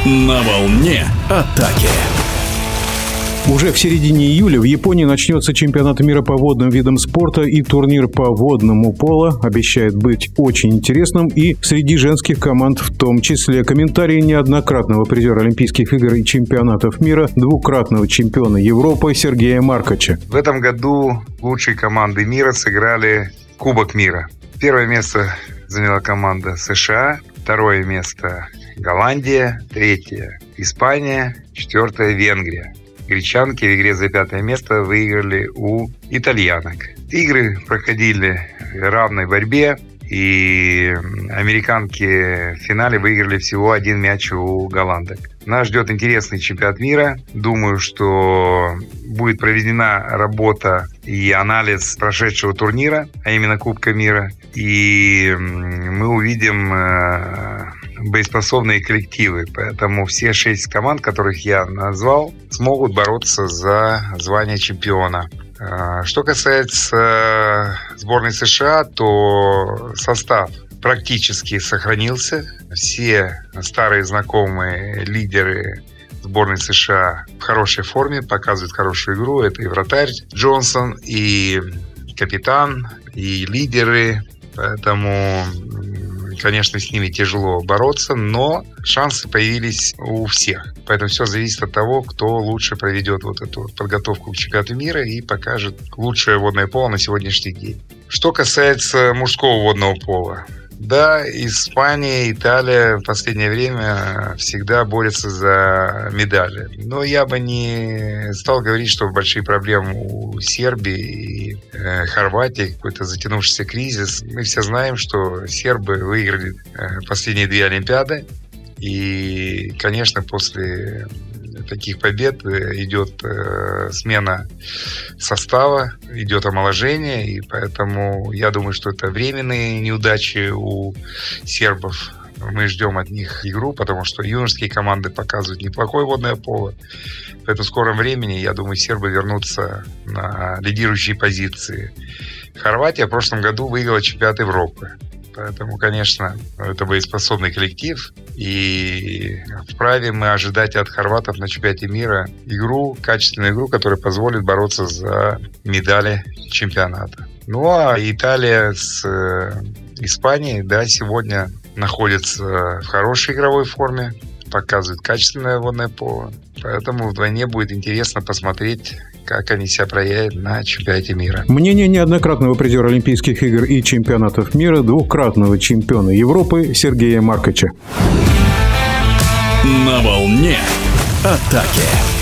На волне атаки. Уже в середине июля в Японии начнется чемпионат мира по водным видам спорта, и турнир по водному поло обещает быть очень интересным и среди женских команд в том числе. Комментарии неоднократного призера Олимпийских игр и чемпионатов мира, двукратного чемпиона Европы Сергея Маркача. В этом году лучшие команды мира сыграли Кубок мира. Первое место заняла команда США, второе место Голландия, третье Испания, четвертое Венгрия. Гречанки в игре за 5 место выиграли у итальянок. Игры проходили в равной борьбе, и американки в финале выиграли всего 1 мяч у голландок. Нас ждет интересный чемпионат мира. Думаю, что будет проведена работа и анализ прошедшего турнира, а именно Кубка мира. И мы увидим боеспособные коллективы. Поэтому все 6 команд, которых я назвал, смогут бороться за звание чемпиона. Что касается сборной США, то состав практически сохранился. Все старые знакомые лидеры сборной США в хорошей форме, показывают хорошую игру. Это и вратарь Джонсон, и капитан, и лидеры. Поэтому, конечно, с ними тяжело бороться, но шансы появились у всех. Поэтому все зависит от того, кто лучше проведет вот эту подготовку к чемпионату мира и покажет лучшее водное поло на сегодняшний день. Что касается мужского водного пола. Да, Испания, Италия в последнее время всегда борются за медали. Но я бы не стал говорить, что большие проблемы у Сербии и Хорватии, какой-то затянувшийся кризис. Мы все знаем, что сербы выиграли последние 2 Олимпиады. И, конечно, после таких побед идет смена состава, идет омоложение, и поэтому я думаю, что это временные неудачи у сербов. Мы ждем от них игру, потому что юношеские команды показывают неплохое водное поло. Поэтому в скором времени, я думаю, сербы вернутся на лидирующие позиции. Хорватия в прошлом году выиграла чемпионат Европы. Поэтому, конечно, это боеспособный коллектив. И вправе мы ожидать от хорватов на чемпионате мира качественную игру, которая позволит бороться за медали чемпионата. Ну а Италия с Испанией, да, сегодня находится в хорошей игровой форме, показывает качественное водное поло. Поэтому вдвойне будет интересно посмотреть, как они себя проявят на чемпионате мира. Мнение неоднократного призера Олимпийских игр и чемпионатов мира, двукратного чемпиона Европы Сергея Маркача. На волне атаки.